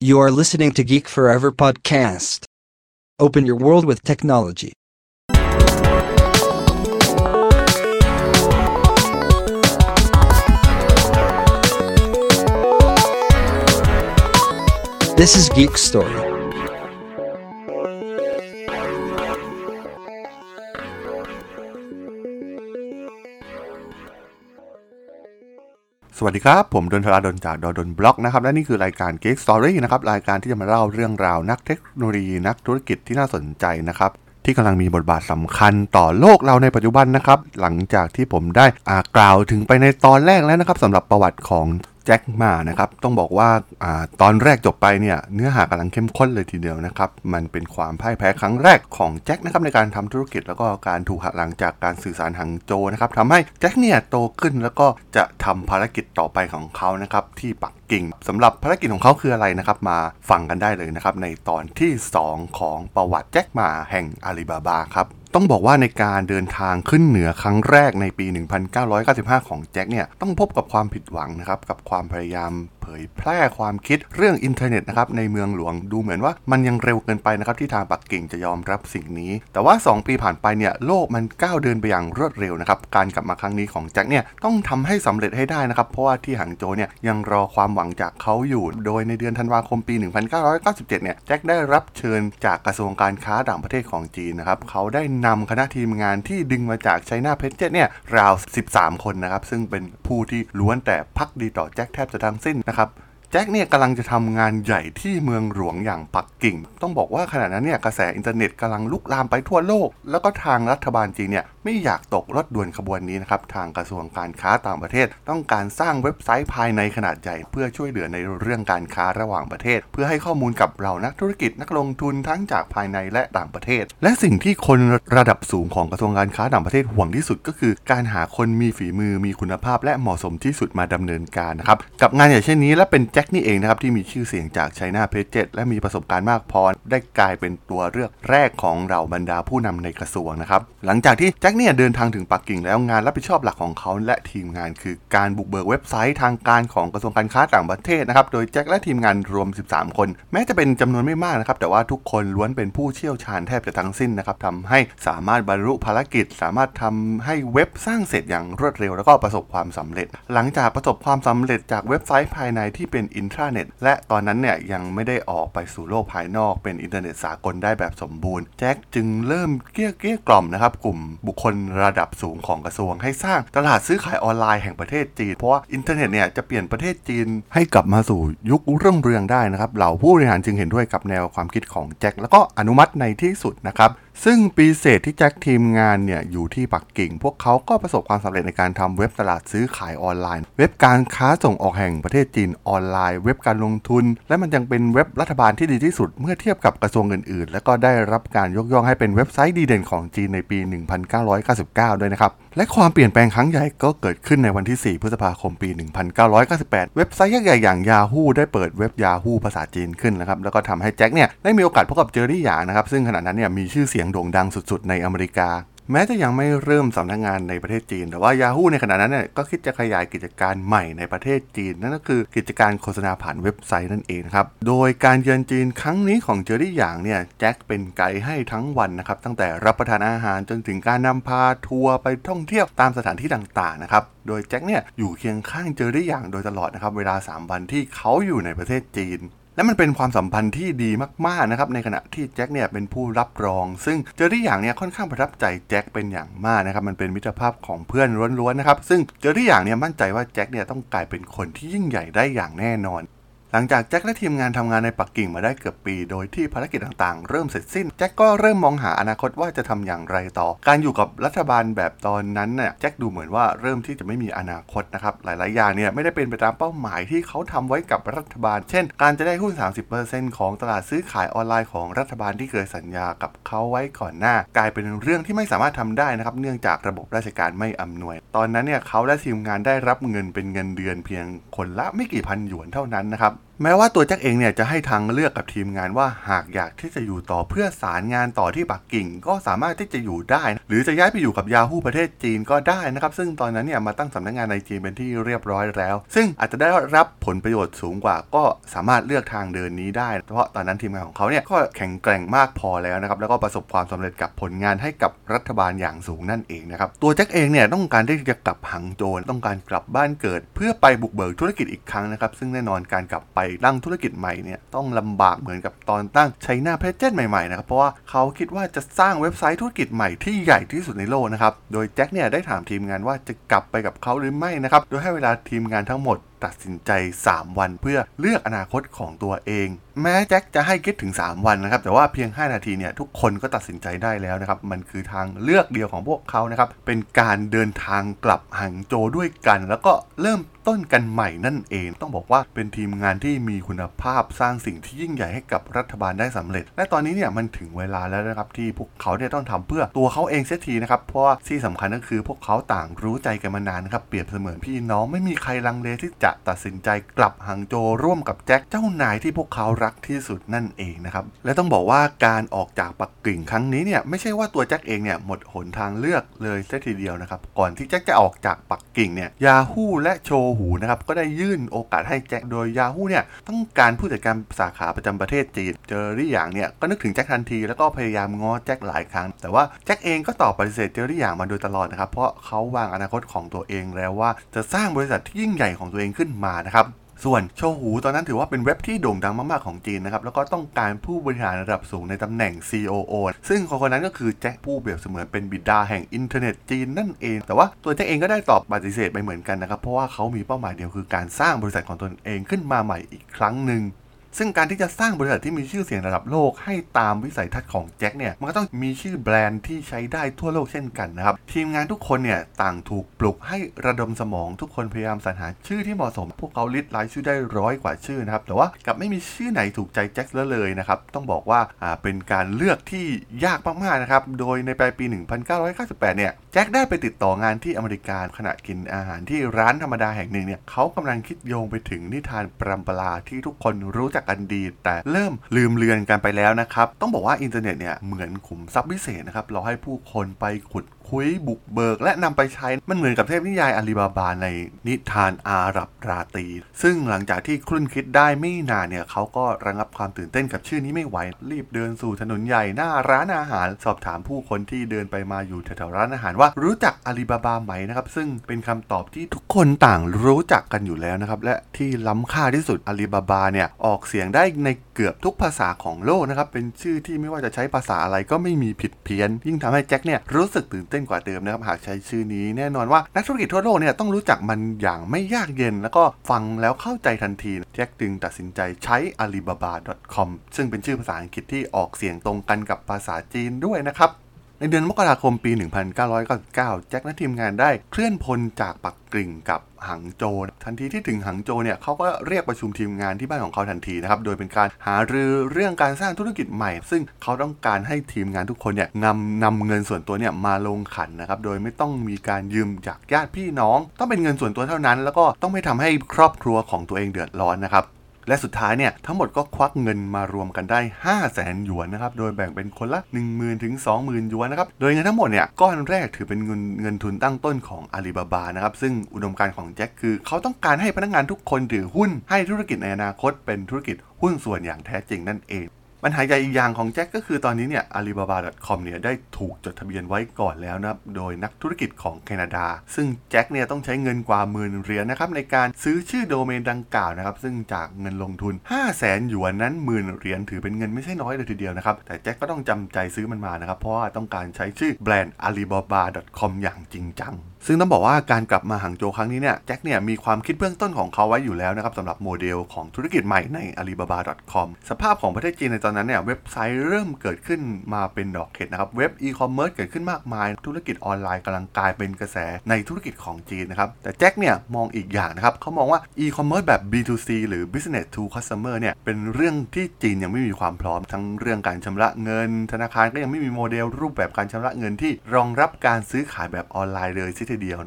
You are listening to Geek Forever podcast. Open your world with technology. This is Geek Story. สวัสดีครับผมดนทราดลจากดนบล็อกนะครับและนี่คือรายการ Geek Story นะครับรายการที่จะมาเล่าเรื่องราวนักเทคโนโลยีนักธุรกิจที่น่าสนใจนะครับที่กำลังมีบทบาทสำคัญต่อโลกเราในปัจจุบันนะครับหลังจากที่ผมได้กล่าวถึงไปในตอนแรกแล้วนะครับสำหรับประวัติของแจ็คหม่านะครับต้องบอกว่าตอนแรกจบไปเนี่ยเนื้อหากำลังเข้มข้นเลยทีเดียวนะครับมันเป็นความพ่ายแพ้ครั้งแรกของแจ็คนะครับในการทำธุรกิจแล้วก็การถูกหักหลังจากการสื่อสารหังโจวนะครับทำให้แจ็คเนี่ยโตขึ้นแล้วก็จะทำภารกิจต่อไปของเขานะครับที่ปักกิ่งสำหรับภารกิจของเขาคืออะไรนะครับมาฟังกันได้เลยนะครับในตอนที่2ของประวัติแจ็คหม่าแห่งอาลีบาบาครับต้องบอกว่าในการเดินทางขึ้นเหนือครั้งแรกในปี 1995 ของแจ็คเนี่ยต้องพบกับความผิดหวังนะครับกับความพยายามเผยแพร่ความคิดเรื่องอินเทอร์เน็ตนะครับในเมืองหลวงดูเหมือนว่ามันยังเร็วเกินไปนะครับที่ทางปักกิ่งจะยอมรับสิ่งนี้แต่ว่า2ปีผ่านไปเนี่ยโลกมันก้าวเดินไปอย่างรวดเร็วนะครับการกลับมาครั้งนี้ของแจ็คเนี่ยต้องทำให้สำเร็จให้ได้นะครับเพราะว่าที่หังโจวเนี่ยยังรอความหวังจากเขาอยู่โดยในเดือนธันวาคมปี 1997 เนี่ยแจ็คได้รับเชิญจากกระทรวงการค้าต่างประเทศของจีนนะครับเขาได้นำคณะทีมงานที่ดึงมาจากไชน่าเพจเจ็ตเนี่ยราว13คนนะครับซึ่งเป็นผู้ที่ล้วนแต่ภักดีต่อแจ็คแทบจะทั้งสิ้นนะครับแจ็คเนี่ยกำลังจะทำงานใหญ่ที่เมืองหลวงอย่างปักกิ่งต้องบอกว่าขณะนั้นเนี่ยกระแสอินเทอร์เน็ตกำลังลุกลามไปทั่วโลกแล้วก็ทางรัฐบาลจีนเนี่ยไม่อยากตกรถด่วนขบวนนี้นะครับทางกระทรวงการค้าต่างประเทศต้องการสร้างเว็บไซต์ภายในขนาดใหญ่เพื่อช่วยเหลือในเรื่องการค้าระหว่างประเทศเพื่อให้ข้อมูลกับเหล่านักธุรกิจนักลงทุนทั้งจากภายในและต่างประเทศและสิ่งที่คนระดับสูงของกระทรวงการค้าต่างประเทศห่วงที่สุดก็คือการหาคนมีฝีมือมีคุณภาพและเหมาะสมที่สุดมาดำเนินการนะครับกับงานอย่างเช่นนี้และเป็นแจ็คนี่เองนะครับที่มีชื่อเสียงจากไชน่าเพจเจ็ตและมีประสบการณ์มากพอได้กลายเป็นตัวเลือกแรกของเหล่าบรรดาผู้นำในกระทรวงนะครับหลังจากที่แจ็คเนี่ยเดินทางถึงปักกิ่งแล้วงานรับผิดชอบหลักของเขาและทีมงานคือการบุกเบิกเว็บไซต์ทางการของกระทรวงการค้าต่างประเทศนะครับโดยแจ็คและทีมงานรวม13คนแม้จะเป็นจำนวนไม่มากนะครับแต่ว่าทุกคนล้วนเป็นผู้เชี่ยวชาญแทบจะทั้งสิ้นนะครับทำให้สามารถบรรลุภารกิจสามารถทำให้เว็บสร้างเสร็จอย่างรวดเร็วแล้วก็ประสบความสำเร็จหลังจากประสบความสำเร็จจากเว็บไซต์ภายในที่เป็นอินทราเน็ตและตอนนั้นเนี่ยยังไม่ได้ออกไปสู่โลกภายนอกเป็นอินเทอร์เน็ตสากลได้แบบสมบูรณ์แจ็คจึงเริ่มเกลี้ยกล่อมนะครับกลุ่มบุคคลระดับสูงของกระทรวงให้สร้างตลาดซื้อขายออนไลน์แห่งประเทศจีนเพราะว่าอินเทอร์เน็ตเนี่ยจะเปลี่ยนประเทศจีนให้กลับมาสู่ยุครุ่งเรืองได้นะครับเหล่าผู้บริหารจึงเห็นด้วยกับแนวความคิดของแจ็คแล้วก็อนุมัติในที่สุดนะครับซึ่งปีเศษที่แจ็คทีมงานเนี่ยอยู่ที่ปักกิ่งพวกเขาก็ประสบความสำเร็จในการทำเว็บตลาดซื้อขายออนไลน์เว็บการค้าส่งออกแห่งประเทศจีนออนไลน์เว็บการลงทุนและมันยังเป็นเว็บรัฐบาลที่ดีที่สุดเมื่อเทียบกับกระทรวงอื่นๆและก็ได้รับการยกย่องให้เป็นเว็บไซต์ดีเด่นของจีนในปี 1999 ด้วยนะครับและความเปลี่ยนแปลงครั้งใหญ่ก็เกิดขึ้นในวันที่ 4 พฤษภาคมปี 1998 เว็บไซต์ยักษ์ใหญ่อย่าง Yahoo ได้เปิดเว็บ Yahoo ภาษาจีนขึ้นนะครับแล้วก็ทำให้แจ็คเนี่ยได้มีโอกาสพบกับเจอรี่หยางนะครับซึ่งขณะนั้นเนี่ยมีชื่อเสียงโด่งดังสุดๆในอเมริกาแม้จะยังไม่เริ่มสำนักงานในประเทศจีนแต่ว่า Yahoo ในขณะนั้นเนี่ยก็คิดจะขยายกิจการใหม่ในประเทศจีนนั่นก็คือกิจการโฆษณาผ่านเว็บไซต์นั่นเองครับโดยการเยือนจีนครั้งนี้ของเจอรี่หยางเนี่ยแจ็คเป็นไกด์ให้ทั้งวันนะครับตั้งแต่รับประทานอาหารจนถึงการนำพาทัวร์ไปท่องเที่ยวตามสถานที่ต่างๆนะครับโดยแจ็คเนี่ยอยู่เคียงข้างเจอรี่หยางโดยตลอดนะครับเวลา3วันที่เขาอยู่ในประเทศจีนและมันเป็นความสัมพันธ์ที่ดีมากๆนะครับในขณะที่แจ็คเนี่ยเป็นผู้รับรองซึ่งเจอรี่หยางเนี่ยค่อนข้างประทับใจแจ็คเป็นอย่างมากนะครับมันเป็นมิตรภาพของเพื่อนล้วนๆนะครับซึ่งเจอรี่หยางเนี่ยมั่นใจว่าแจ็คเนี่ยต้องกลายเป็นคนที่ยิ่งใหญ่ได้อย่างแน่นอนหลังจากแจ็คและทีมงานทำงานในปักกิ่งมาได้เกือบปีโดยที่ภารกิจต่างๆเริ่มเสร็จสิ้นแจ็คก็เริ่มมองหาอนาคตว่าจะทำอย่างไรต่อการอยู่กับรัฐบาลแบบตอนนั้นเนี่ยแจ็คดูเหมือนว่าเริ่มที่จะไม่มีอนาคตนะครับหลายๆอย่างเนี่ยไม่ได้เป็นไปตามเป้าหมายที่เขาทำไว้กับรัฐบาลเช่นการจะได้หุ้น 30% ของตลาดซื้อขายออนไลน์ของรัฐบาลที่เคยสัญญากับเขาไว้ก่อนหน้ากลายเป็นเรื่องที่ไม่สามารถทำได้นะครับเนื่องจากระบบราชการไม่อำนวยตอนนั้นเนี่ยเขาและทีมงานได้รับเงินเป็นเงินเดือนเพียงคนละไม่กี่พันหยวนเท่านั้นนะครับแม้ว่าตัวแจ็คเองเนี่ยจะให้ทางเลือกกับทีมงานว่าหากอยากที่จะอยู่ต่อเพื่อสารงานต่อที่ปักกิ่งก็สามารถที่จะอยู่ได้หรือจะย้ายไปอยู่กับ Yahoo ประเทศจีนก็ได้นะครับซึ่งตอนนั้นเนี่ยมาตั้งสำนักงานในจีนเป็นที่เรียบร้อยแล้วซึ่งอาจจะได้รับผลประโยชน์สูงกว่าก็สามารถเลือกทางเดินนี้ได้เพราะตอนนั้นทีมงานของเขาเนี่ยก็แข็งแกร่งมากพอแล้วนะครับแล้วก็ประสบความสำเร็จกับผลงานให้กับรัฐบาลอย่างสูงนั่นเองนะครับตัวแจ็คเองเนี่ยต้องการที่จะกลับหังโจวต้องการกลับบ้านเกิดเพื่อไปบุกเบิกธุรกิจอีกครั้งนะครับซึ่งแน่นอนการกลับไปตั้งธุรกิจใหม่เนี่ยต้องลำบากเหมือนกับตอนตั้ง China Pageant ใหม่ๆนะครับเพราะว่าเขาคิดว่าจะสร้างเว็บไซต์ธุรกิจใหม่ที่ใหญ่ที่สุดในโลกนะครับโดยแจ็คเนี่ยได้ถามทีมงานว่าจะกลับไปกับเขาหรือไม่นะครับโดยให้เวลาทีมงานทั้งหมดตัดสินใจ3วันเพื่อเลือกอนาคตของตัวเองแม้แจ็คจะให้คิดถึง3วันนะครับแต่ว่าเพียง5นาทีเนี่ยทุกคนก็ตัดสินใจได้แล้วนะครับมันคือทางเลือกเดียวของพวกเขานะครับเป็นการเดินทางกลับหังโจวด้วยกันแล้วก็เริ่มต้นกันใหม่นั่นเองต้องบอกว่าเป็นทีมงานที่มีคุณภาพสร้างสิ่งที่ยิ่งใหญ่ให้กับรัฐบาลได้สำเร็จและตอนนี้เนี่ยมันถึงเวลาแล้วนะครับที่พวกเขาเนี่ยต้องทำเพื่อตัวเขาเองเสียทีนะครับเพราะว่าที่สำคัญก็คือพวกเขาต่างรู้ใจกันมานานนะครับเปรียบเสมือนพี่น้องไม่มีใครลังเลที่จะตัดสินใจกลับหังโจวร่วมกับแจ็คเจ้านายที่พวกเขารักที่สุดนั่นเองนะครับและต้องบอกว่าการออกจากปักกิ่งครั้งนี้เนี่ยไม่ใช่ว่าตัวแจ็คเองเนี่ยหมดหนทางเลือกเลยเสียทีเดียวนะครับก่อนที่แจ็คจะออกจากปักกิ่งเนี่ย Yahoo และโชหูนะครับก็ได้ยื่นโอกาสให้แจ็คโดย Yahoo เนี่ยต้องการผู้จัดการสาขาประจำประเทศจีนเจอรี่หยางเนี่ยก็นึกถึงแจ็คทันทีแล้วก็พยายามง้อแจ็คหลายครั้งแต่ว่าแจ็คเองก็ตอบปฏิเสธเจอรี่หยางมาโดยตลอดนะครับเพราะเขาวางอนาคตของตัวเองแล้วว่าจะสร้างบริษัทที่ยิ่งใหญ่ของตัวเองขึ้นมานะครับส่วนโชหูตอนนั้นถือว่าเป็นเว็บที่โด่งดังมากๆของจีนนะครับแล้วก็ต้องการผู้บริหารระดับสูงในตำแหน่ง COO ซึ่งคนนั้นก็คือแจ็คผู้เปรียบเสมือนเป็นบิดาแห่งอินเทอร์เน็ตจีนนั่นเองแต่ว่าตัวแจ็คเองก็ได้ตอบปฏิเสธไปเหมือนกันนะครับเพราะว่าเขามีเป้าหมายเดียวคือการสร้างบริษัทของตนเองขึ้นมาใหม่อีกครั้งหนึ่งซึ่งการที่จะสร้างบริษัทที่มีชื่อเสียงระดับโลกให้ตามวิสัยทัศน์ของแจ็คเนี่ยมันก็ต้องมีชื่อแบรนด์ที่ใช้ได้ทั่วโลกเช่นกันนะครับทีมงานทุกคนเนี่ยต่างถูกปลุกให้ระดมสมองทุกคนพยายามสรรหาชื่อที่เหมาะสมพวกเขาลิสต์รายชื่อได้100 กว่าชื่อนะครับแต่ว่ากลับไม่มีชื่อไหนถูกใจแจ็คเลยนะครับต้องบอกว่าเป็นการเลือกที่ยากมากๆนะครับโดยในปลายปี 1998 เนี่ยแจ็คได้ไปติดต่องานที่อเมริกาขณะกินอาหารที่ร้านธรรมดาแห่งหนึ่งเนี่ยเขากำลังคิดโยงไปถึงนิทานปรัมปราที่ทุกคนรู้จักกันดีแต่เริ่มลืมเลือนกันไปแล้วนะครับต้องบอกว่าอินเทอร์เน็ตเนี่ยเหมือนขุมทรัพย์พิเศษนะครับรอให้ผู้คนไปขุดคุยบุกเบิกและนำไปใช้มันเหมือนกับเทพนิยายอาลีบาบาในนิทานอาหรับราตรีซึ่งหลังจากที่ครุ่นคิดได้ไม่นานเนี่ยเขาก็ระงับความตื่นเต้นกับชื่อนี้ไม่ไหวรีบเดินสู่ถนนใหญ่หน้าร้านอาหารสอบถามผู้คนที่เดินไปมาอยู่แถวๆร้านอาหารว่ารู้จักอาลีบาบาไหมนะครับซึ่งเป็นคำตอบที่ทุกคนต่างรู้จักกันอยู่แล้วนะครับและที่ล้ำค่าที่สุดอาลีบาบาเนี่ยออกเสียงได้ในเกือบทุกภาษาของโลกนะครับเป็นชื่อที่ไม่ว่าจะใช้ภาษาอะไรก็ไม่มีผิดเพี้ยนยิ่งทำให้แจ็คเนี่ยรู้สึกตื่นเต้นกว่าเดิมนะครับหากใช้ชื่อนี้แน่นอนว่านักธุรกิจทั่วโลกเนี่ยต้องรู้จักมันอย่างไม่ยากเย็นแล้วก็ฟังแล้วเข้าใจทันทีแจ็คจึงตัดสินใจใช้ alibaba.com ซึ่งเป็นชื่อภาษาอังกฤษที่ออกเสียงตรงกันกับภาษาจีนด้วยนะครับในเดือนมกราคมปี 1999 แจ็คและทีมงานได้เคลื่อนพลจากปักกิ่งกับหังโจวทันทีที่ถึงหังโจวเนี่ยเขาก็เรียกประชุมทีมงานที่บ้านของเขาทันทีนะครับโดยเป็นการหารือเรื่องการสร้างธุรกิจใหม่ซึ่งเขาต้องการให้ทีมงานทุกคนเนี่ยนำเงินส่วนตัวเนี่ยมาลงขันนะครับโดยไม่ต้องมีการยืมจากญาติพี่น้องต้องเป็นเงินส่วนตัวเท่านั้นแล้วก็ต้องไม่ทำให้ครอบครัวของตัวเองเดือดร้อนนะครับและสุดท้ายเนี่ยทั้งหมดก็ควักเงินมารวมกันได้ 500,000 หยวนนะครับโดยแบ่งเป็นคนละ 10,000 ถึง 20,000 หยวนนะครับโดยเงินทั้งหมดเนี่ยก้อนแรกถือเป็นเงินทุนตั้งต้นของอาลีบาบานะครับซึ่งอุดมการณ์ของแจ็คคือเขาต้องการให้พนักงานทุกคนถือหุ้นให้ธุรกิจในอนาคตเป็นธุรกิจหุ้นส่วนอย่างแท้จริงนั่นเองปัญหาใหญ่อีกอย่างของแจ็คก็คือตอนนี้เนี่ย alibaba.com เนี่ยได้ถูกจดทะเบียนไว้ก่อนแล้วนะครับโดยนักธุรกิจของแคนาดาซึ่งแจ็คเนี่ยต้องใช้เงินกว่า10,000 เหรียญนะครับในการซื้อชื่อโดเมนดังกล่าวนะครับซึ่งจากเงินลงทุน 500,000 หยวนนั้น10,000 เหรียญถือเป็นเงินไม่ใช่น้อยเลยทีเดียวนะครับแต่แจ็คก็ต้องจำใจซื้อมันมานะครับเพราะว่าต้องการใช้ชื่อแบรนด์ alibaba.com อย่างจริงจังซึ่งต้องบอกว่าการกลับมาหังโจวครั้งนี้เนี่ยแจ็คเนี่ยมีความคิดเบื้องต้นของเขาไว้อยู่แล้วนะครับสำหรับโมเดลของธุรกิจใหม่ใน alibaba.com สภาพของประเทศจีนในตอนนั้นเนี่ยเว็บไซต์เริ่มเกิดขึ้นมาเป็นดอกเห็ดนะครับเว็บอีคอมเมิร์ซเกิดขึ้นมากมายธุรกิจออนไลน์กำลังกลายเป็นกระแสในธุรกิจของจีนนะครับแต่แจ็คเนี่ยมองอีกอย่างนะครับเขามองว่าอีคอมเมิร์ซแบบ B2C หรือ Business to Customer เนี่ยเป็นเรื่องที่จีนยังไม่มีความพร้อมทั้งเรื่องการชำระเงินธนาคารก็ยังไม่มีโมเดลรูปแบบการชำระเงินที่รองรับการซื้อขายแบบออนไลน์เลยทีเดียวนะครับ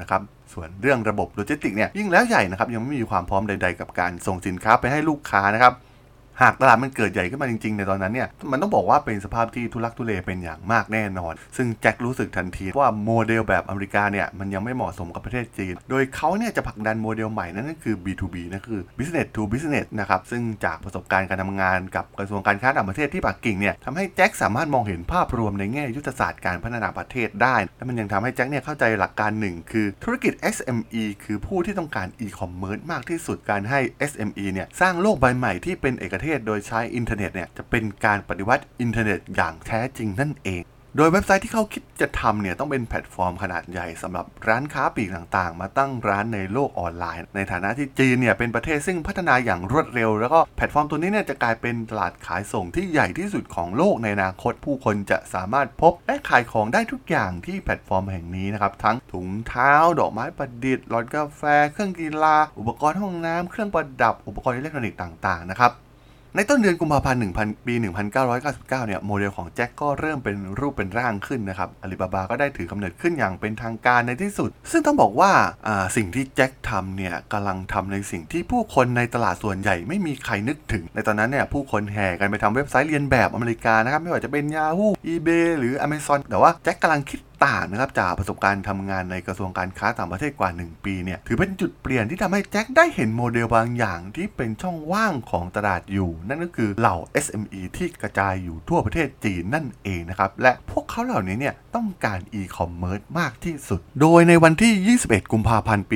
ส่วนเรื่องระบบโลจิสติกเนี่ยยิ่งแล้วใหญ่นะครับยังไม่มีความพร้อมใดๆกับการส่งสินค้าไปให้ลูกค้านะครับหากตลาดมันเกิดใหญ่ขึ้นมาจริงๆในตอนนั้นเนี่ยมันต้องบอกว่าเป็นสภาพที่ทุลักทุเลเป็นอย่างมากแน่นอนซึ่งแจ็ครู้สึกทันทีว่าโมเดลแบบอเมริกาเนี่ยมันยังไม่เหมาะสมกับประเทศจีนโดยเขาเนี่ยจะผลักดันโมเดลใหม่นั่นก็คือ B2B นั่นคือ business to business นะครับซึ่งจากประสบการณ์การทำงานกับกระทรวงการค้าต่างประเทศที่ปักกิ่งเนี่ยทำให้แจ็คสามารถมองเห็นภาพรวมในแง่ยุทธศาสตร์การพัฒนาประเทศได้และมันยังทำให้แจ็คเนี่ยเข้าใจหลักการหนึ่งคือธุรกิจ SME คือผู้ที่ต้องการ e-commerce มากที่สุดการให้ SME เนี่ยสร้างโลกใบใหม่ที่เป็นเอกเทศโดยใช้อินเทอร์เน็ตเนี่ยจะเป็นการปฏิวัติอินเทอร์เน็ตอย่างแท้จริงนั่นเองโดยเว็บไซต์ที่เขาคิดจะทำเนี่ยต้องเป็นแพลตฟอร์มขนาดใหญ่สำหรับร้านค้าปลีกต่างๆมาตั้งร้านในโลกออนไลน์ในฐานะที่จีนเนี่ยเป็นประเทศซึ่งพัฒนาอย่างรวดเร็วแล้วก็แพลตฟอร์มตัวนี้เนี่ยจะกลายเป็นตลาดขายส่งที่ใหญ่ที่สุดของโลกในอนาคตผู้คนจะสามารถพบและขายของได้ทุกอย่างที่แพลตฟอร์มแห่งนี้นะครับทั้งถุงเท้าดอกไม้ประดิษฐ์หลอดกาแฟเครื่องกีฬาอุปกรณ์ห้องน้ำเครื่องประดับอุปกรณ์อิเล็กทรอนิกส์ต่างๆนะครับในต้นเดือนกุมภาพันธ์ปี 1999 เนี่ยโมเดลของแจ็คก็เริ่มเป็นรูปเป็นร่างขึ้นนะครับอาลีบาบาก็ได้ถือกำเนิดขึ้นอย่างเป็นทางการในที่สุดซึ่งต้องบอกว่าสิ่งที่แจ็คทำเนี่ยกำลังทำในสิ่งที่ผู้คนในตลาดส่วนใหญ่ไม่มีใครนึกถึงในตอนนั้นเนี่ยผู้คนแห่กันไปทำเว็บไซต์เรียนแบบอเมริกานะครับไม่ว่าจะเป็น Yahoo eBay หรือ Amazon แต่ว่าแจ็คกำลังคิดต่างนะครับจากประสบการณ์ทำงานในกระทรวงการค้าต่างประเทศกว่า1ปีเนี่ยถือเป็นจุดเปลี่ยนที่ทำให้แจ็คได้เห็นโมเดลบางอย่างที่เป็นช่องว่างของตลาดอยู่นั่นก็คือเหล่า SME ที่กระจายอยู่ทั่วประเทศจีนนั่นเองนะครับและพวกเขาเหล่านี้เนี่ยต้องการ e-commerce มากที่สุดโดยในวันที่ 21 กุมภาพันธ์ปี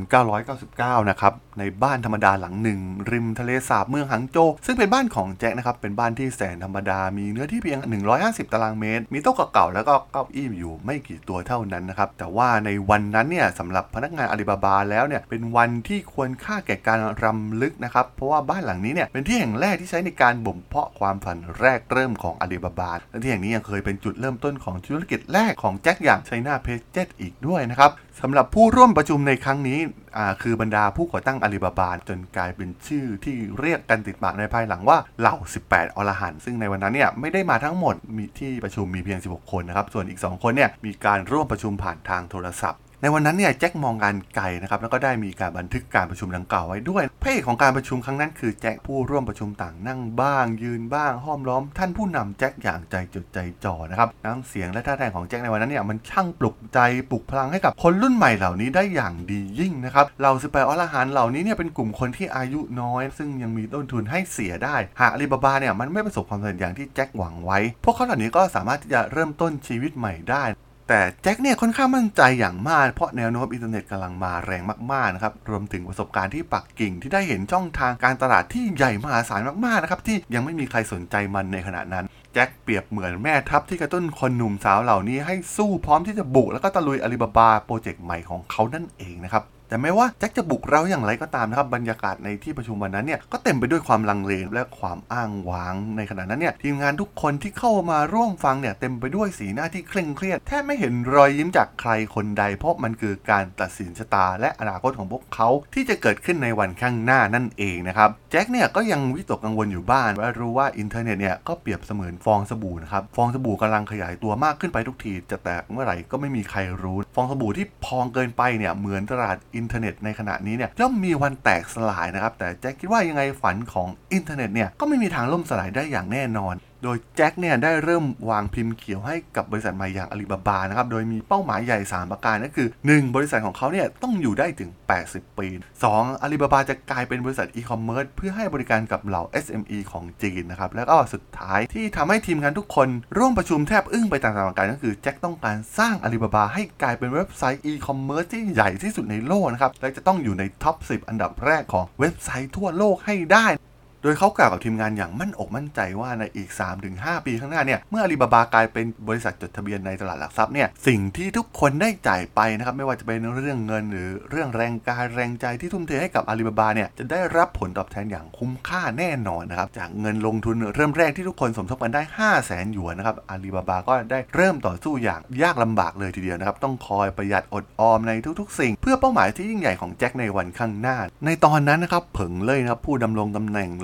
1999 นะครับในบ้านธรรมดาหลังหนึ่งริมทะเลสาบเมืองหังโจวซึ่งเป็นบ้านของแจ็คนะครับเป็นบ้านที่แสนธรรมดามีเนื้อที่เพียง150 ตารางเมตรมีโต๊ะเก่าๆแล้วก็เก้าอี้อยู่ไม่กี่ตัวเท่านั้นนะครับแต่ว่าในวันนั้นเนี่ยสำหรับพนักงานอาลีบาบาแล้วเนี่ยเป็นวันที่ควรค่าแก่การรำลึกนะครับเพราะว่าบ้านหลังนี้เนี่ยเป็นที่แห่งแรกที่ใช้ในการบ่มเพาะความฝันแรกเริ่มของอาลีบาบาและที่แห่งนี้ยังเคยเป็นจุดเริ่มต้นของธุรกิจแรกของแจ็คอย่างไชน่าเพจเจ็ตอีกด้วยนะครับสำหรับผู้ร่วมประชุมในครั้งนี้คือบรรดาผู้ก่อตั้งอาลีบาบาจนกลายเป็นชื่อที่เรียกกันติดปากในภายหลังว่าเหล่า18อรหันต์ซึ่งในวันนั้นเนี่ยไม่ได้มาทั้งหมดมีที่ประชุมมีเพียง16คนนะครับส่วนอีก2คนเนี่ยมีการร่วมประชุมผ่านทางโทรศัพท์ในวันนั้นเนี่ยแจ็คมองการไกลนะครับแล้วก็ได้มีการบันทึกการประชุมดังกล่าวไว้ด้วยพระเอกของการประชุมครั้งนั้นคือแจ็คผู้ร่วมประชุมต่างนั่งบ้างยืนบ้างห้อมล้อมท่านผู้นำแจ็คอย่างใจจดใจจ่อนะครับน้ำเสียงและท่าทางของแจ็คในวันนั้นเนี่ยมันช่างปลุกใจปลุกพลังให้กับคนรุ่นใหม่เหล่านี้ได้อย่างดียิ่งนะครับเหล่า18อรหันต์เหล่านี้เนี่ยเป็นกลุ่มคนที่อายุน้อยซึ่งยังมีต้นทุนให้เสียได้หากอาลีบาบาเนี่ยมันไม่ประสบความสำเร็จอย่างที่แจ็คหวังไว้พวกเขาเหล่านี้ก็สามารถที่จะเริ่มต้นชีวิตใหม่ได้แต่แจ็คเนี่ยค่อนข้างมั่นใจอย่างมากเพราะแนวโน้มอินเทอร์เน็ตกำลังมาแรงมากๆนะครับรวมถึงประสบการณ์ที่ปักกิ่งที่ได้เห็นช่องทางการตลาดที่ใหญ่มหาศาลมากๆนะครับที่ยังไม่มีใครสนใจมันในขณะนั้นแจ็คเปรียบเหมือนแม่ทัพที่กระตุ้นคนหนุ่มสาวเหล่านี้ให้สู้พร้อมที่จะบุกแล้วก็ตะลุยอาลีบาบาโปรเจกต์ใหม่ของเขานั่นเองนะครับแต่ไม่ว่าแจ็คจะบุกเราอย่างไรก็ตามนะครับบรรยากาศในที่ประชุมวันนั้นเนี่ยก็เต็มไปด้วยความลังเลและความอ้างว้างในขณะนั้นเนี่ยทีมงานทุกคนที่เข้ามาร่วมฟังเนี่ยเต็มไปด้วยสีหน้าที่เคร่งเครียดแทบไม่เห็นรอยยิ้มจากใครคนใดเพราะมันคือการตัดสินชะตาและอนาคตของพวกเขาที่จะเกิดขึ้นในวันข้างหน้านั่นเองนะครับแจ็คเนี่ยก็ยังวิตกกังวลอยู่บ้างว่ารู้ว่าอินเทอร์เน็ตเนี่ยก็เปรียบเสมือนฟองสบู่นะครับฟองสบู่กำลังขยายตัวมากขึ้นไปทุกทีจะแตกเมื่อไหร่ก็ไม่มีใครรู้ฟองสบู่ที่พองเกินไปเนี่ยเหมือนตลาดอินเทอร์เน็ตในขณะนี้เนี่ยย่อมมีวันแตกสลายนะครับแต่แจ็คคิดว่ายังไงฝันของอินเทอร์เน็ตเนี่ยก็ไม่มีทางล่มสลายได้อย่างแน่นอนโดยแจ็คเนี่ยได้เริ่มวางพิมพ์เขียวให้กับบริษัทใหม่อย่างอาลีบาบานะครับโดยมีเป้าหมายใหญ่3ประการก็คือ 1. บริษัทของเขาเนี่ยต้องอยู่ได้ถึง80 ปี 2. อาลีบาบาจะกลายเป็นบริษัทอีคอมเมิร์ซเพื่อให้บริการกับเหล่า SME ของจีนนะครับแล้วก็สุดท้ายที่ทำให้ทีมงานทุกคนร่วมประชุมแทบอึ้งไปตามๆกันก็คือแจ็คต้องการสร้างอาลีบาบาให้กลายเป็นเว็บไซต์อีคอมเมิร์ซที่ใหญ่ที่สุดในโลกนะครับและจะต้องอยู่ในท็อป 10 อันดับแรกของเว็บไซต์ทั่วโลกให้ได้โดยเขากล่าวกับทีมงานอย่างมั่นอกมั่นใจว่าในอีก 3-5 ปีข้างหน้าเนี่ยเมื่ออาลีบาบากลายเป็นบริษัทจดทะเบียนในตลาดหลักทรัพย์เนี่ยสิ่งที่ทุกคนได้จ่ายไปนะครับไม่ว่าจะเป็นเรื่องเงินหรือเรื่องแรงกายแรงใจที่ทุ่มเทให้กับอาลีบาบาเนี่ยจะได้รับผลตอบแทนอย่างคุ้มค่าแน่นอนนะครับจากเงินลงทุนเริ่มแรกที่ทุกคนสมทบกันได้ 500,000 หยวนนะครับอาลีบาบาก็ได้เริ่มต่อสู้อย่างยากลำบากเลยทีเดียวนะครับต้องคอยประหยัดอดออมในทุกๆสิ่งเพื่อเป้าหมายที่ยิ่งใหญ่ของแจ็คในวันข้างหน้าในตอนนั้นนะครับเผิงเล่ยนะครับผู้ดำรงตำแหน่งร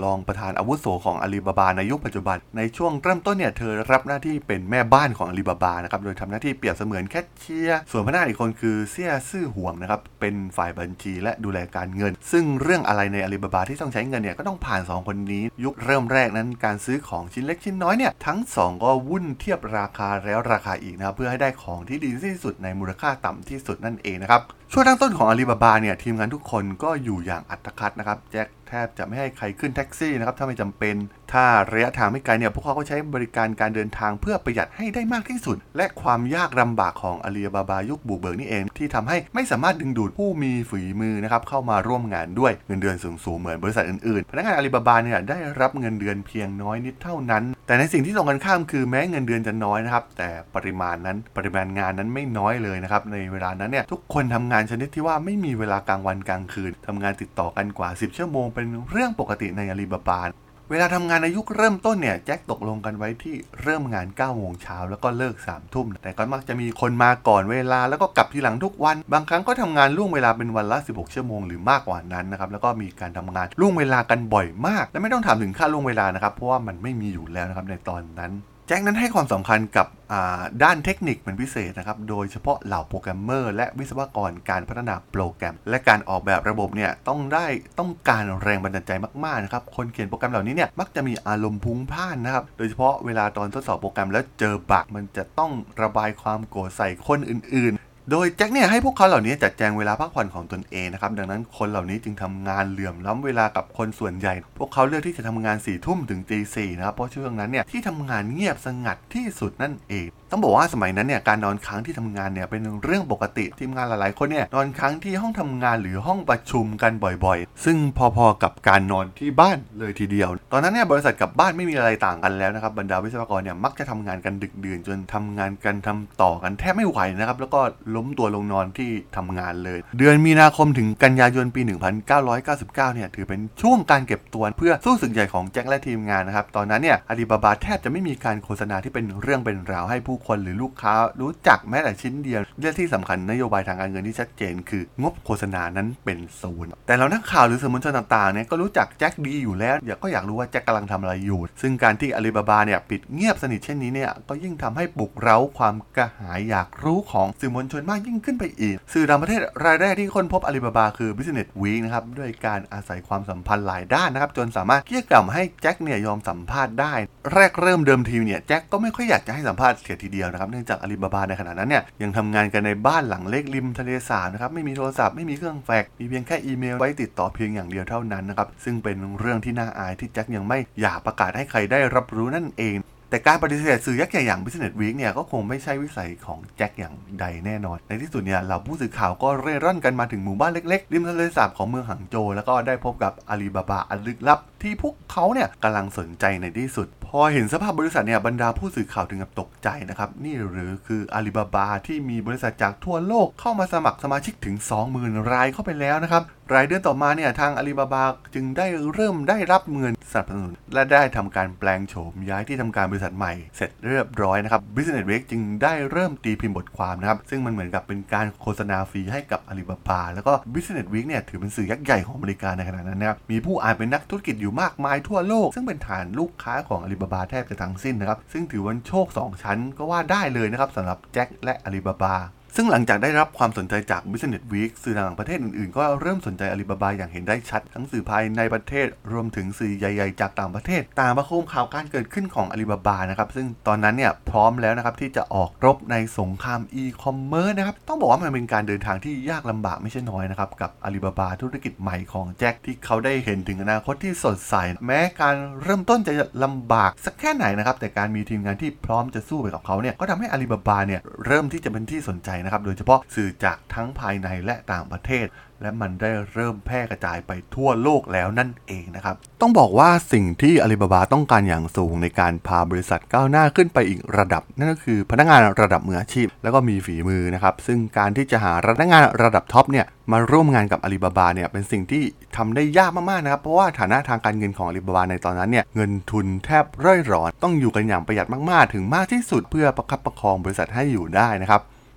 รองประธานอาวุโสของอาลีบาบาในยุคปัจจุบันในช่วงเริ่มต้นเนี่ยเธอรับหน้าที่เป็นแม่บ้านของอาลีบาบานะครับโดยทำหน้าที่เปรียบเสมือนแคชเชียร์ส่วนพนักงานอีกคนคือเซี่ยซื่อห่วงนะครับเป็นฝ่ายบัญชีและดูแลการเงินซึ่งเรื่องอะไรในอาลีบาบาที่ต้องใช้เงินเนี่ยก็ต้องผ่าน2คนนี้ยุคเริ่มแรกนั้นการซื้อของชิ้นเล็กชิ้นน้อยเนี่ยทั้ง2ก็วุ่นเทียบราคาแล้วราคาอีกนะครับเพื่อให้ได้ของที่ดีที่สุดในมูลค่าต่ำที่สุดนั่นเองนะครับช่วงตั้งต้นของอาลีบาบาเนี่ยทีมงานทุกคนก็อยู่อย่างอัตคัดนะครับแจ็คแทบจะไม่ให้ใครขึ้นแท็กซี่นะครับถ้าไม่จำเป็นถ้าระยะทางไม่ไกลเนี่ยพวกเขาก็ใช้บริการการเดินทางเพื่อประหยัดให้ได้มากที่สุดและความยากลำบากของอาลีบาบายุคบุกเบิกนี่เองที่ทำให้ไม่สามารถดึงดูดผู้มีฝีมือนะครับเข้ามาร่วมงานด้วยเงินเดือนสูงๆเหมือนบริษัทอื่นๆพนักงานอาลีบาบาเนี่ยได้รับเงินเดือนเพียงน้อยนิดเท่านั้นแต่ในสิ่งที่ตรงกันข้ามคือแม้เงินเดือนจะน้อยนะครับแต่ปริมาณงานนั้นไม่น้อยเลยนะครับในเวลานั้นเนี่ยทุกคนทำงานชนิดที่ว่าไม่มีเวลากลางวันกลางคืนทำงานติดต่อกันกว่า10ชั่วโมงเป็นเรื่องปกติในอาลีบาบาเวลาทำงานในยุคเริ่มต้นเนี่ยแจ็คตกลงกันไว้ที่เริ่มงาน 9 โมงเช้าแล้วก็เลิก 3 ทุ่มแต่ก็มักจะมีคนมาก่อนเวลาแล้วก็กลับทีหลังทุกวันบางครั้งก็ทำงานล่วงเวลาเป็นวันละ16ชั่วโมงหรือมากกว่านั้นนะครับแล้วก็มีการทำงานล่วงเวลากันบ่อยมากและไม่ต้องถามถึงค่าล่วงเวลานะครับเพราะว่ามันไม่มีอยู่แล้วนะครับในตอนนั้นแจ็คนั้นให้ความสำคัญกับด้านเทคนิคเป็นพิเศษนะครับโดยเฉพาะเหล่าโปรแกรมเมอร์และวิศวกรการพัฒนาโปรแกรมและการออกแบบระบบเนี่ยต้องการแรงบันดาลใจมากๆนะครับคนเขียนโปรแกรมเหล่านี้เนี่ยมักจะมีอารมณ์พุ่งพ่านนะครับโดยเฉพาะเวลาตอนทดสอบโปรแกรมแล้วเจอบั๊กมันจะต้องระบายความโกรธใส่คนอื่นๆโดยแจ็คเนี่ยให้พวกเขาเหล่านี้จัดแจงเวลาพักผ่อนของตนเองนะครับดังนั้นคนเหล่านี้จึงทำงานเหลื่อมล้ำเวลากับคนส่วนใหญ่พวกเขาเลือกที่จะทำงาน4 ทุ่มถึงตี 4นะครับเพราะช่วงนั้นเนี่ยที่ทำงานเงียบสงัดที่สุดนั่นเองต้องบอกว่าสมัยนั้นเนี่ยการนอนค้างที่ทำงานเนี่ยเป็นเรื่องปกติทีมงานหลายๆคนเนี่ยนอนค้างที่ห้องทำงานหรือห้องประชุมกันบ่อยๆซึ่งพอๆกับการนอนที่บ้านเลยทีเดียวตอนนั้นเนี่ยบริษัทกับบ้านไม่มีอะไรต่างกันแล้วนะครับบรรดาวิศวกรเนี่ยมักจะทำงานกันดึกดื่นจนทำงานกันทำต่อกันแทบไม่ไหวนะครับแล้วก็ล้มตัวลงนอนที่ทำงานเลยเดือนมีนาคมถึงกันยายนปี 1999 เนี่ยถือเป็นช่วงการเก็บตัวเพื่อสู้ศึกใหญ่ของแจ็คและทีมงานนะครับตอนนั้นเนี่ยอาลีบาบาแทบจะไม่มีการโฆษณาที่เป็นเรื่องเป็นราวให้ผู้คนหรือลูกค้ารู้จักแม้แต่ชิ้นเดียวและที่สำคัญนโยบายทางการเงินที่ชัดเจนคืองบโฆษณานั้นเป็น0แต่เรานักข่าวหรือสื่อมวลชนต่างๆเนี่ยก็รู้จักแจ็คดีอยู่แล้วอยากรู้ว่าแจ็คกำลังทำอะไรอยู่ซึ่งการที่อาลีบาบาเนี่ยปิดเงียบสนิทเช่นนี้เนี่ยก็ยิ่งทำให้ปลุกเร้าความกระหายอยากรู้ของสื่อมวลชนมากยิ่งขึ้นไปอีกสื่อต่างประเทศรายแรกที่ค้นพบอาลีบาบาคือ Business Week นะครับด้วยการอาศัยความสัมพันธ์หลายด้านนะครับจนสามารถเกลี้ยกล่อมให้แจ็คเนี่ยยอมสัมภาษณ์ได้แรกเริ่มเดิมทีเนี่ยแจ็คก็ไม่ค่อยอยากจะให้สัมภาษณ์เสียทีเดียวนะครับเนื่องจากอาลีบาบาในขณะนั้นเนี่ยยังทำงานกันในบ้านหลังเล็กริมทะเลสาบนะครับไม่มีโทรศัพท์ไม่มีเครื่องแฟกซ์มีเพียงแค่อีเมลไว้ติดต่อเพียงอย่างเดียวเท่านั้นนะครับซึ่งเป็นเรื่องที่น่าอายที่แจ็คยังไม่อยากประกาศให้ใครได้รับรู้นั่นเองแต่การปฏิเสธสื่อยักษ์ใหญ่อย่าง Business Week เนี่ยก็คงไม่ใช่วิสัยของแจ็คอย่างใดแน่นอนในที่สุดเนี่ยเหล่าผู้สื่อข่าวก็เร่ร่อนกันมาถึงหมู่บ้านเล็กๆริมทะเลสาบของเมืองหังโจวแล้วก็ได้พบกับอาลีบาบาอันลึกลับที่พวกเขาเนี่ยกำลังสนใจในที่สุดพอเห็นสภาพบริษัทเนี่ยบรรดาผู้สื่อข่าวถึงกับตกใจนะครับนี่หรือคืออาลีบาบาที่มีบริษัทจากทั่วโลกเข้ามาสมัครสมาชิกถึง 20,000 รายเข้าไปแล้วนะครับรายเดือนต่อมาเนี่ยทางอาลีบาบาจึงได้รับเงินสนับสนุนและได้ทำการแปลงโฉมย้ายที่ทำการบริษัทใหม่เสร็จเรียบร้อยนะครับ Business Week จึงได้เริ่มตีพิมพ์บทความนะครับซึ่งมันเหมือนกับเป็นการโฆษณาฟรีให้กับอาลีบาบาแล้วก็ Business Week เนี่ยถือเป็นสื่อยักษ์ใหญ่ของอเมริกาในขณะนั้นนะครับมีผู้อ่านเป็นนักธุรกิจอยู่มากมายทั่วโลกซึ่งเป็นฐานลูกค้าของอาลีบาบาแทบจะทั้งสิ้นนะครับซึ่งถือว่าโชค2ชั้นก็ว่าได้เลยนะครับสำหรับแจ็คและอาลีบาบาซึ่งหลังจากได้รับความสนใจจาก Business Week สื่อต่างประเทศอื่นๆก็เริ่มสนใจอาลีบาบาอย่างเห็นได้ชัดทั้งสื่อภายในประเทศรวมถึงสื่อใหญ่ๆจากต่างประเทศต่างมาโคมข่าวการเกิดขึ้นของอาลีบาบานะครับซึ่งตอนนั้นเนี่ยพร้อมแล้วนะครับที่จะออกรบในสงครามอีคอมเมิร์ซนะครับต้องบอกว่ามันเป็นการเดินทางที่ยากลำบากไม่ใช่น้อยนะครับกับอาลีบาบาธุรกิจใหม่ของแจ็คที่เขาได้เห็นถึงอนาคตที่สดใสแม้การเริ่มต้นจะลำบากสักแค่ไหนนะครับแต่การมีทีมงานที่พร้อมจะสู้ไปกับเขาเนี่ยก็ทำให้อาลีบาบาเนี่ยเริ่มที่จะเป็นที่สนใจนะครับโดยเฉพาะสื่อจากทั้งภายในและต่างประเทศและมันได้เริ่มแพร่กระจายไปทั่วโลกแล้วนั่นเองนะครับต้องบอกว่าสิ่งที่อาลีบาบาต้องการอย่างสูงในการพาบริษัทก้าวหน้าขึ้นไปอีกระดับนั่นก็คือพนักงานระดับมืออาชีพแล้วก็มีฝีมือนะครับซึ่งการที่จะหาพนักงานระดับท็อปเนี่ยมาร่วมงานกับอาลีบาบาเนี่ยเป็นสิ่งที่ทำได้ยากมากๆนะครับเพราะว่าฐานะทางการเงินของอาลีบาบาในตอนนั้นเนี่ยเงินทุนแทบร่อยหรอต้องอยู่กันอย่างประหยัดมากๆถึงมากที่สุดเพื่อประคับประคองบริษัทให้อยู่ได้นะครับ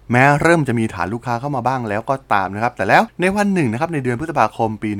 แม้เริ่มจะมีฐานลูกค้าเข้ามาบ้างแล้วก็ตามนะครับแต่แล้วในวันหนึ่งนะครับในเดือนพฤษภาคมปี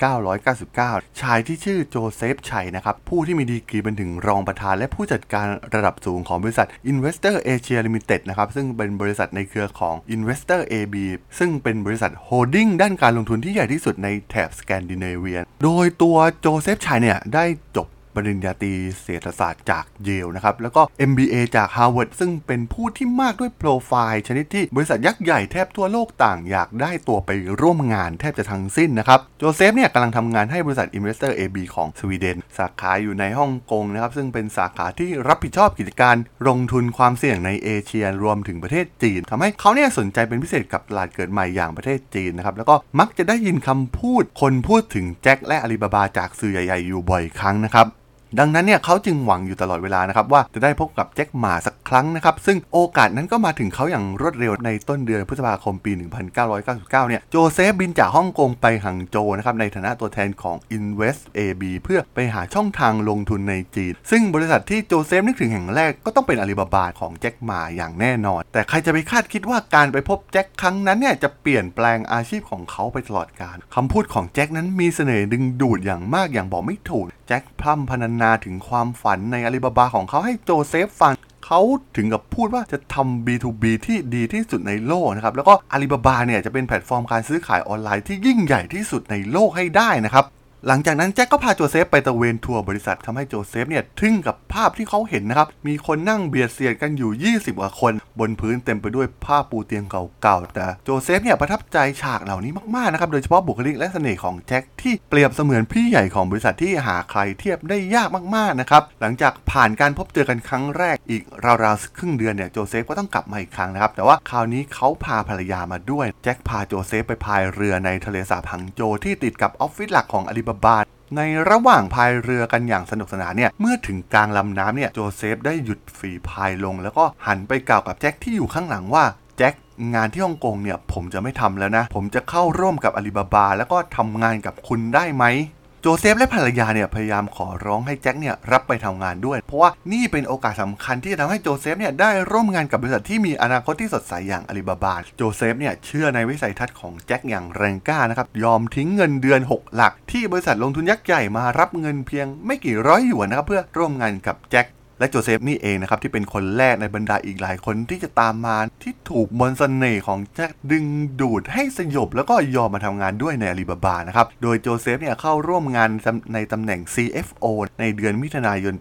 1999 ชายที่ชื่อโจเซฟชัยนะครับผู้ที่มีดีกรีเป็นถึงรองประธานและผู้จัดการระดับสูงของบริษัท Investor Asia Limited นะครับซึ่งเป็นบริษัทในเครือของ Investor AB ซึ่งเป็นบริษัทโฮลดิ้งด้านการลงทุนที่ใหญ่ที่สุดในแถบสแกนดิเนเวียโดยตัวโจเซฟชัยเนี่ยได้จบปริญญาตรีเศรษฐศาสตร์จากเยลนะครับแล้วก็ MBA จาก Harvard ซึ่งเป็นผู้ที่มากด้วยโปรไฟล์ชนิดที่บริษัทยักษ์ใหญ่แทบทั่วโลกต่างอยากได้ตัวไปร่วมงานแทบจะทั้งสิ้นนะครับโจเซฟเนี่ยกำลังทำงานให้บริษัท Investor AB ของสวีเดนสาขาอยู่ในฮ่องกงนะครับซึ่งเป็นสาขาที่รับผิดชอบกิจการลงทุนความเสี่ยงในเอเชียรวมถึงประเทศจีนทำให้เขาเนี่ยสนใจเป็นพิเศษกับตลาดเกิดใหม่อย่างประเทศจีนนะครับแล้วก็มักจะได้ยินคำพูดคนพูดถึงแจ็คและอาลีบาบาจากสื่อใหญ่ๆอยู่บ่อยครั้งนะครับดังนั้นเนี่ยเขาจึงหวังอยู่ตลอดเวลานะครับว่าจะได้พบกับแจ็คหม่าสักครั้งนะครับซึ่งโอกาสนั้นก็มาถึงเขาอย่างรวดเร็วในต้นเดือนพฤษภาคมปี 1999 เนี่ยโจเซฟบินจากฮ่องกงไปหังโจวนะครับในฐานะตัวแทนของ Invest AB เพื่อไปหาช่องทางลงทุนในจีนซึ่งบริษัทที่โจเซฟนึกถึงแห่งแรกก็ต้องเป็นอาลีบาบาของแจ็คหม่าอย่างแน่นอนแต่ใครจะไปคาดคิดว่าการไปพบแจ็คครั้งนั้นเนี่ยจะเปลี่ยนแปลงอาชีพของเขาไปตลอดกาลคำพูดของแจ็คนั้นมีเสน่ห์ดึงดูดอย่างมากอย่างบอกไม่ถูกแจ็คพร่ำพรรณนาถึงความฝันในอาลีบาบาของเขาให้โจเซฟฟังเขาถึงกับพูดว่าจะทำ B2B ที่ดีที่สุดในโลกนะครับแล้วก็อาลีบาบาเนี่ยจะเป็นแพลตฟอร์มการซื้อขายออนไลน์ที่ยิ่งใหญ่ที่สุดในโลกให้ได้นะครับหลังจากนั้นแจ็คก็พาโจเซฟไปตระเวนทัวร์บริษัททำให้โจเซฟเนี่ยทึ่งกับภาพที่เขาเห็นนะครับมีคนนั่งเบียดเสียดกันอยู่20กว่าคนบนพื้นเต็มไปด้วยผ้าปูเตียงเก่าๆแต่โจเซฟเนี่ยประทับใจฉากเหล่านี้มากๆนะครับโดยเฉพาะบุคลิกและเสน่ห์ของแจ็คที่เปรียบเสมือนพี่ใหญ่ของบริษัทที่หาใครเทียบได้ยากมากๆนะครับหลังจากผ่านการพบเจอกันครั้งแรกอีกราวๆครึ่งเดือนเนี่ยโจเซฟก็ต้องกลับมาอีกครั้งนะครับแต่ว่าคราวนี้เขาพาภรรยามาด้วยแจ็คพาโจเซฟไปพายเรือในทะเลสาบหังโจวที่ติดกับออฟฟิศหลักของอาลีบาบาในระหว่างพายเรือกันอย่างสนุกสนานเนี่ยเมื่อถึงกลางลำน้ำเนี่ยโจเซฟได้หยุดฝีพายลงแล้วก็หันไปกล่าวกับแจ็คที่อยู่ข้างหลังว่าแจ็คงานที่ฮ่องกงเนี่ยผมจะไม่ทำแล้วนะผมจะเข้าร่วมกับอาลีบาบาแล้วก็ทำงานกับคุณได้ไหมโจเซฟและภรรยาเนี่ยพยายามขอร้องให้แจ็คเนี่ยรับไปทำงานด้วยเพราะว่านี่เป็นโอกาสสำคัญที่จะทำให้โจเซฟเนี่ยได้ร่วมงานกับบริษัทที่มีอนาคตที่สดใสอย่างอาลีบาบาโจเซฟเนี่ยเชื่อในวิสัยทัศน์ของแจ็คอย่างแรงกล้านะครับยอมทิ้งเงินเดือน6หลักที่บริษัทลงทุนยักษ์ใหญ่มารับเงินเพียงไม่กี่ร้อยหยวนนะครับเพื่อร่วมงานกับแจ็คและโจเซฟนี่เองนะครับที่เป็นคนแรกในบรรดาอีกหลายคนที่จะตามมาที่ถูกมนต์เสน่ห์ของแจ็คดึงดูดให้สยบแล้วก็ยอมมาทำงานด้วยในอาลีบาบานะครับโดยโจเซฟเนี่ยเข้าร่วมงานในตำแหน่ง CFO ในเดือนมิถุนายนปี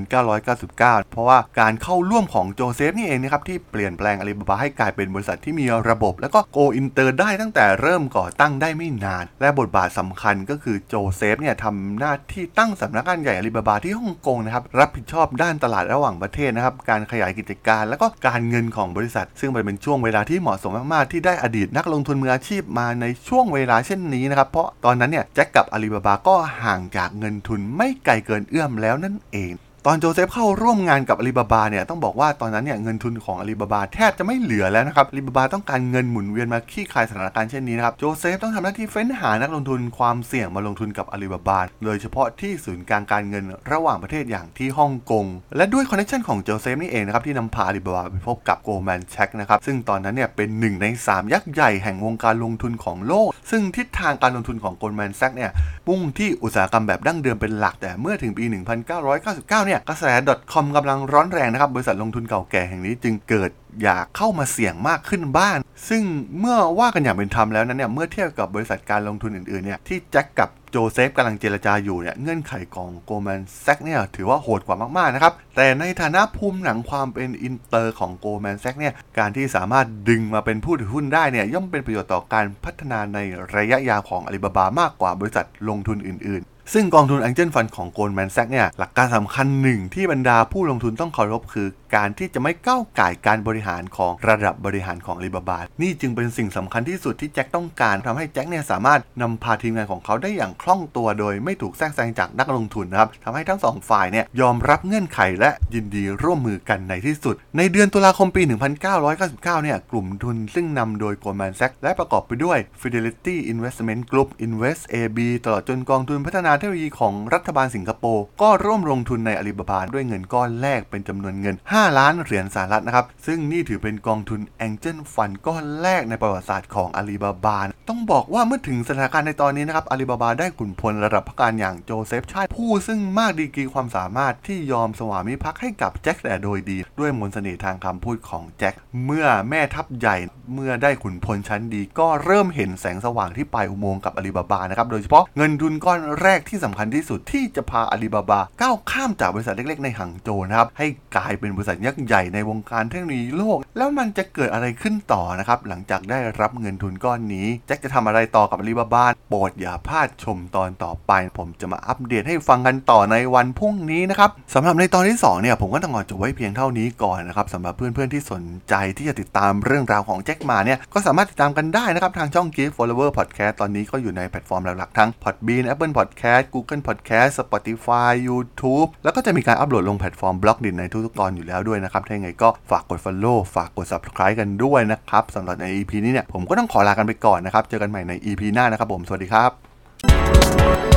1999 เพราะว่าการเข้าร่วมของโจเซฟนี่เองนะครับที่เปลี่ยนแปลงอาลีบาบาให้กลายเป็นบริษัทที่มีระบบแล้วก็โกอินเตอร์ได้ตั้งแต่เริ่มก่อตั้งได้ไม่นานและบทบาทสำคัญก็คือโจเซฟเนี่ยทำหน้าที่ตั้งสำนักงานใหญ่อาลีบาบาที่ฮ่องกงนะครับรับผิดชอบด้านตลาดระหว่างประเทศนะครับการขยายกิจการแล้วก็การเงินของบริษัทซึ่งเป็นช่วงเวลาที่เหมาะสมมากๆที่ได้อดีตนักลงทุนมืออาชีพมาในช่วงเวลาเช่นนี้นะครับเพราะตอนนั้นเนี่ยแจ็คกับอาลีบาบาก็ห่างจากเงินทุนไม่ไกลเกินเอื้อมแล้วนั่นเองตอนโจเซฟเข้าร่วมงานกับอาลีบาบาเนี่ยต้องบอกว่าตอนนั้นเนี่ยเงินทุนของอาลีบาบาแทบจะไม่เหลือแล้วนะครับอาลีบาบาต้องการเงินหมุนเวียนมาคลี่คลายสถานการณ์เช่นนี้นะครับโจเซฟต้องทำหน้าที่เฟ้นหานักลงทุนความเสี่ยงมาลงทุนกับอาลีบาบาโดยเฉพาะที่ศูนย์กลางการเงินระหว่างประเทศอย่างที่ฮ่องกงและด้วยคอนเนคชั่นของโจเซฟนี่เองนะครับที่นำพาอาลีบาบาไปพบกับโกลแมนแชคนะครับซึ่งตอนนั้นเนี่ยเป็น1ใน3ยักษ์ใหญ่แห่งวงการลงทุนของโลกซึ่งทิศทางการลงทุนของโกลแมนแชคเนี่ยมุ่งที่อุตสาหกรรมแบบดั้งเดิมเป็นหลักแต่เมื่อถึงปี 1999 เนี่ยกระแส .com กำลังร้อนแรงนะครับบริษัทลงทุนเก่าแก่แห่งนี้จึงเกิดอยากเข้ามาเสี่ยงมากขึ้นบ้างซึ่งเมื่อว่ากันอย่างเป็นธรรมแล้วนั้นเนี่ยเมื่อเทียบกับบริษัทการลงทุนอื่นๆเนี่ยที่แจ็คกับโจเซฟกำลังเจรจาอยู่เนี่ยเงื่อนไขของโกลแมนแซกเนี่ยถือว่าโหดกว่ามากๆนะครับแต่ในฐานะภูมิหลังความเป็นอินเตอร์ของโกลแมนแซกเนี่ยการที่สามารถดึงมาเป็นผู้ถือหุ้นได้เนี่ยย่อมเป็นประโยชน์ต่อการพัฒนาในระยะยาวของอาลีบาบามากกว่าบริษัทลงทุนอื่นๆซึ่งกองทุน Angel Fund ของ Goldman Sachs เนี่ยหลักการสำคัญหนึ่งที่บรรดาผู้ลงทุนต้องเคารพคือการที่จะไม่ก้าวก่ายการบริหารของระดับบริหารของอาลีบาบานี่จึงเป็นสิ่งสำคัญที่สุดที่แจ็คต้องการทำให้แจ็คเนี่ยสามารถนำพาทีมงานของเขาได้อย่างคล่องตัวโดยไม่ถูกแทรกแซงจากนักลงทุนนะครับทำให้ทั้งสองฝ่ายเนี่ยยอมรับเงื่อนไขและยินดีร่วมมือกันในที่สุดในเดือนตุลาคมปี 1999 เนี่ยกลุ่มทุนซึ่งนำโดย Goldman Sachs และประกอบไปด้วย Fidelity Investment Group Invest AB ตลอดจนกองทุนพัฒนานาเทคโนโลยีของรัฐบาลสิงคโปร์ก็ร่วมลงทุนในอาลีบาบาด้วยเงินก้อนแรกเป็นจำนวนเงิน5 ล้านเหรียญสหรัฐนะครับซึ่งนี่ถือเป็นกองทุน Angel Fund ก้อนแรกในประวัติศาสตร์ของอาลีบาบาต้องบอกว่าเมื่อถึงสถานการณ์ในตอนนี้นะครับอาลีบาบาได้ขุนพลระดับพักการอย่างโจเซฟชาติผู้ซึ่งมากดีกรีความสามารถที่ยอมสวามิภักดิ์ให้กับแจ็คแต่โดยดีด้วยมนต์เสน่ห์ทางคำพูดของแจ็คเมื่อแม่ทัพใหญ่เมื่อได้ขุนพลชั้นดีก็เริ่มเห็นแสงสว่างที่ปลายอุโมงค์กับอาลีบาบานะครับโดยเฉพาะเงินทุนก้อนแรกที่สำคัญที่สุดที่จะพาอาลีบาบาก้าวข้ามจากบริษัทเล็กๆในหังโจวนะครับให้กลายเป็นบริษัทยักษ์ใหญ่ในวงการเทคโนโลยีโลกแล้วมันจะเกิดอะไรขึ้นต่อนะครับหลังจากได้รับเงินทุนก้อนนี้แจ็คจะทำอะไรต่อกับอาลีบาบาโปรดอย่าพลาดชมตอนต่อไปผมจะมาอัปเดตให้ฟังกันต่อในวันพรุ่งนี้นะครับสำหรับในตอนที่2เนี่ยผมก็ต้องขอจบไว้เพียงเท่านี้ก่อนนะครับสำหรับเพื่อนๆที่สนใจที่จะติดตามเรื่องราวของแจ็คหม่าเนี่ยก็สามารถติดตามกันได้นะครับทางช่อง Geek Flower Podcast ตอนนี้ก็อยู่ในแพลตฟอร์มหลักๆทั้ง Podbean Apple Podcast Google Podcast Spotify YouTube แล้วก็จะมีการอัปโหลดลงแพลตฟอร์มบล็อกดิในทุกๆตอนอยู่แล้วด้วยนะครับถ้าอย่างไรก็ฝากกด Follow ฝากกด Subscribe กันด้วยนะครับสำหรับใน EP นี้เนี่ยผมก็ต้องขอลากันไปก่อนนะครับเจอกันใหม่ใน EP หน้านะครับผมสวัสดีครับ